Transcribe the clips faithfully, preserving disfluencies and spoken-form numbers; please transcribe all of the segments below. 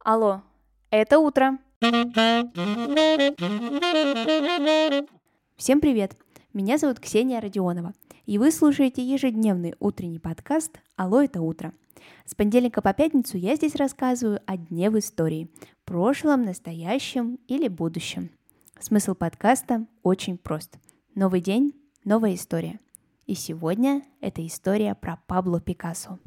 Алло, это утро. Всем привет! Меня зовут Ксения Родионова, и вы слушаете ежедневный утренний подкаст «Алло, это утро». С понедельника по пятницу я здесь рассказываю о дне в истории, прошлом, настоящем или будущем. Смысл подкаста очень прост. Новый день, новая история. И сегодня это история про Пабло Пикассо.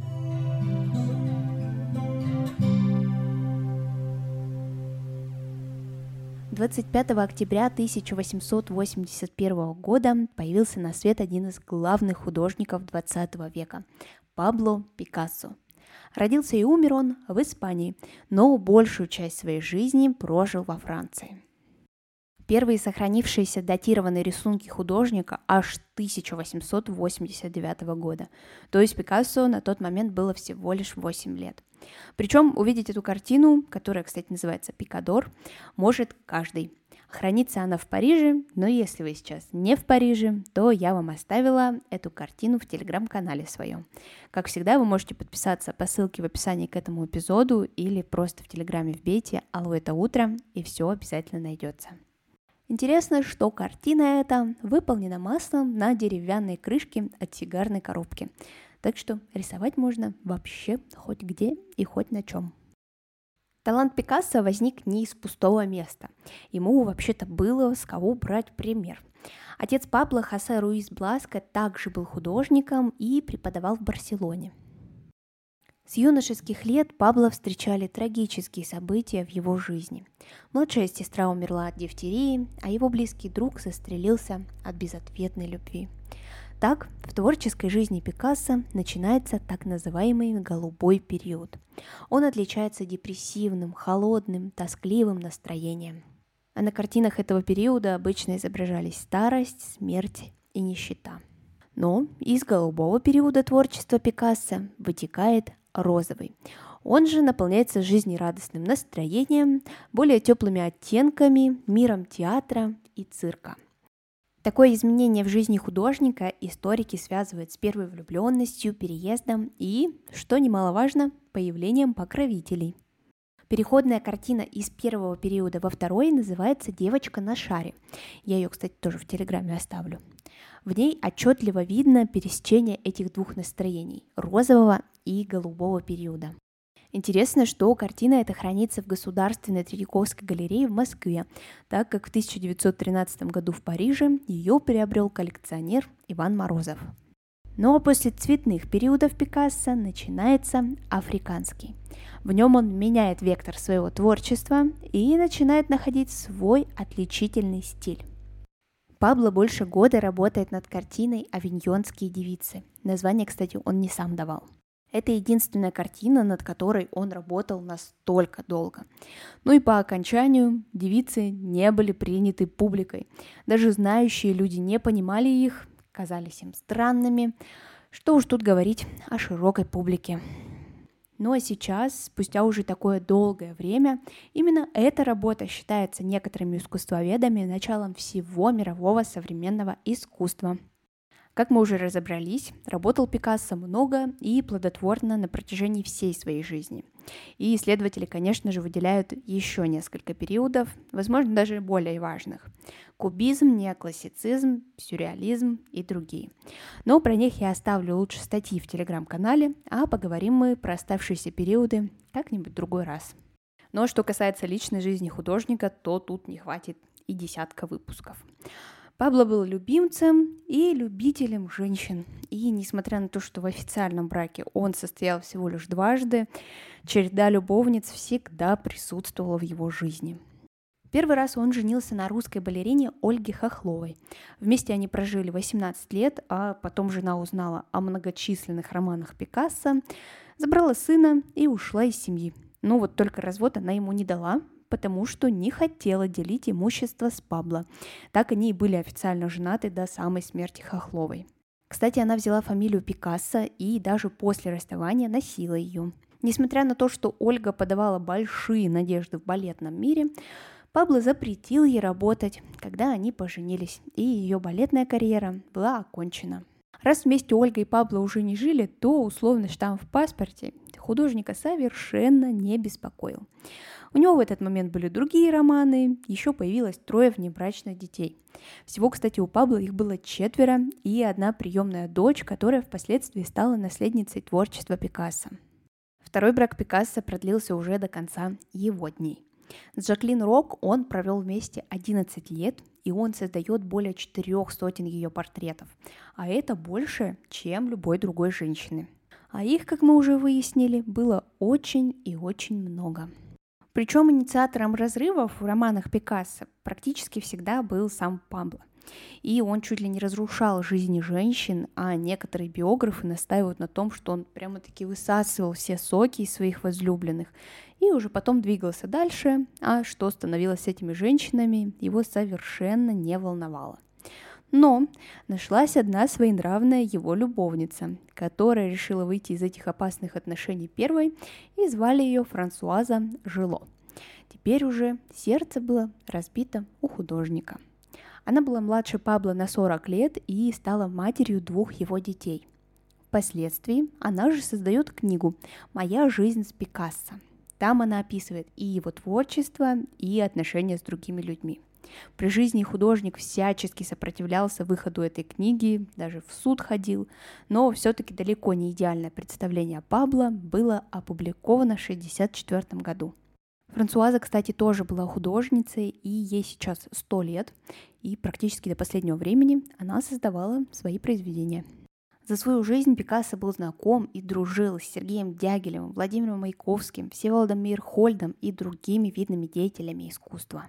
двадцать пятого октября тысяча восемьсот восемьдесят первого года появился на свет один из главных художников двадцатого века – Пабло Пикассо. Родился и умер он в Испании, но большую часть своей жизни прожил во Франции. Первые сохранившиеся датированные рисунки художника аж тысяча восемьсот восемьдесят девятого года, то есть Пикассо на тот момент было всего лишь восемь лет. Причем увидеть эту картину, которая, кстати, называется «Пикадор», может каждый. Хранится она в Париже, но если вы сейчас не в Париже, то я вам оставила эту картину в телеграм-канале своем. Как всегда, вы можете подписаться по ссылке в описании к этому эпизоду или просто в телеграме вбейте «Алло, это утро», и все обязательно найдется. Интересно, что картина эта выполнена маслом на деревянной крышке от сигарной коробки. Так что рисовать можно вообще хоть где и хоть на чем. Талант Пикассо возник не из пустого места. Ему вообще-то было с кого брать пример. Отец Пабло, Хосе Руис Бласко, также был художником и преподавал в Барселоне. С юношеских лет Пабло встречали трагические события в его жизни. Младшая сестра умерла от дифтерии, а его близкий друг застрелился от безответной любви. Так, в творческой жизни Пикассо начинается так называемый «голубой период». Он отличается депрессивным, холодным, тоскливым настроением. А на картинах этого периода обычно изображались старость, смерть и нищета. Но из голубого периода творчества Пикассо вытекает розовый. Он же наполняется жизнерадостным настроением, более теплыми оттенками, миром театра и цирка. Такое изменение в жизни художника историки связывают с первой влюбленностью, переездом и, что немаловажно, появлением покровителей. Переходная картина из первого периода во второй называется «Девочка на шаре». Я ее, кстати, тоже в телеграме оставлю. В ней отчетливо видно пересечение этих двух настроений – розового и голубого периода. Интересно, что картина эта хранится в Государственной Третьяковской галерее в Москве, так как в тысяча девятьсот тринадцатом году в Париже ее приобрел коллекционер Иван Морозов. Но после цветных периодов Пикассо начинается африканский. В нем он меняет вектор своего творчества и начинает находить свой отличительный стиль. Пабло больше года работает над картиной «Авиньонские девицы». Название, кстати, он не сам давал. Это единственная картина, над которой он работал настолько долго. Ну и по окончанию девицы не были приняты публикой. Даже знающие люди не понимали их, казались им странными. Что уж тут говорить о широкой публике. Ну а сейчас, спустя уже такое долгое время, именно эта работа считается некоторыми искусствоведами началом всего мирового современного искусства. Как мы уже разобрались, работал Пикассо много и плодотворно на протяжении всей своей жизни. И исследователи, конечно же, выделяют еще несколько периодов, возможно, даже более важных. Кубизм, неоклассицизм, сюрреализм и другие. Но про них я оставлю лучше статьи в телеграм-канале, а поговорим мы про оставшиеся периоды как-нибудь в другой раз. Но что касается личной жизни художника, то тут не хватит и десятка выпусков. Пабло был любимцем и любителем женщин. И несмотря на то, что в официальном браке он состоял всего лишь дважды, череда любовниц всегда присутствовала в его жизни. Первый раз он женился на русской балерине Ольге Хохловой. Вместе они прожили восемнадцать лет, а потом жена узнала о многочисленных романах Пикассо, забрала сына и ушла из семьи. Ну вот только развод она ему не дала, потому что не хотела делить имущество с Пабло. Так они и были официально женаты до самой смерти Хохловой. Кстати, она взяла фамилию Пикассо и даже после расставания носила ее. Несмотря на то, что Ольга подавала большие надежды в балетном мире, Пабло запретил ей работать, когда они поженились, и ее балетная карьера была окончена. Раз вместе Ольга и Пабло уже не жили, то условный штамп в паспорте художника совершенно не беспокоил. У него в этот момент были другие романы, еще появилось трое внебрачных детей. Всего, кстати, у Пабло их было четверо и одна приемная дочь, которая впоследствии стала наследницей творчества Пикассо. Второй брак Пикассо продлился уже до конца его дней. С Жаклин Рок он провел вместе одиннадцать лет, и он создает более четырех сотен ее портретов, а это больше, чем любой другой женщины. А их, как мы уже выяснили, было очень и очень много. Причем инициатором разрывов в романах Пикассо практически всегда был сам Пабло. И он чуть ли не разрушал жизни женщин, а некоторые биографы настаивают на том, что он прямо-таки высасывал все соки из своих возлюбленных и уже потом двигался дальше, а что становилось с этими женщинами, его совершенно не волновало. Но нашлась одна своенравная его любовница, которая решила выйти из этих опасных отношений первой, и звали ее Франсуаза Жило. Теперь уже сердце было разбито у художника. Она была младше Пабло на сорок лет и стала матерью двух его детей. Впоследствии она же создает книгу «Моя жизнь с Пикассо». Там она описывает и его творчество, и отношения с другими людьми. При жизни художник всячески сопротивлялся выходу этой книги, даже в суд ходил, но все-таки далеко не идеальное представление о Пабло было опубликовано в шестьдесят четвёртом году. Франсуаза, кстати, тоже была художницей, и ей сейчас сто лет, и практически до последнего времени она создавала свои произведения. За свою жизнь Пикассо был знаком и дружил с Сергеем Дягилевым, Владимиром Маяковским, Всеволодом Мейерхольдом и другими видными деятелями искусства.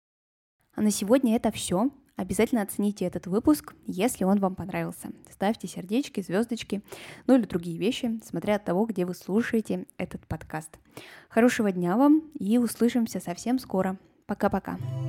А на сегодня это все. Обязательно оцените этот выпуск, если он вам понравился. Ставьте сердечки, звездочки, ну или другие вещи, смотря от того, где вы слушаете этот подкаст. Хорошего дня вам и услышимся совсем скоро. Пока-пока.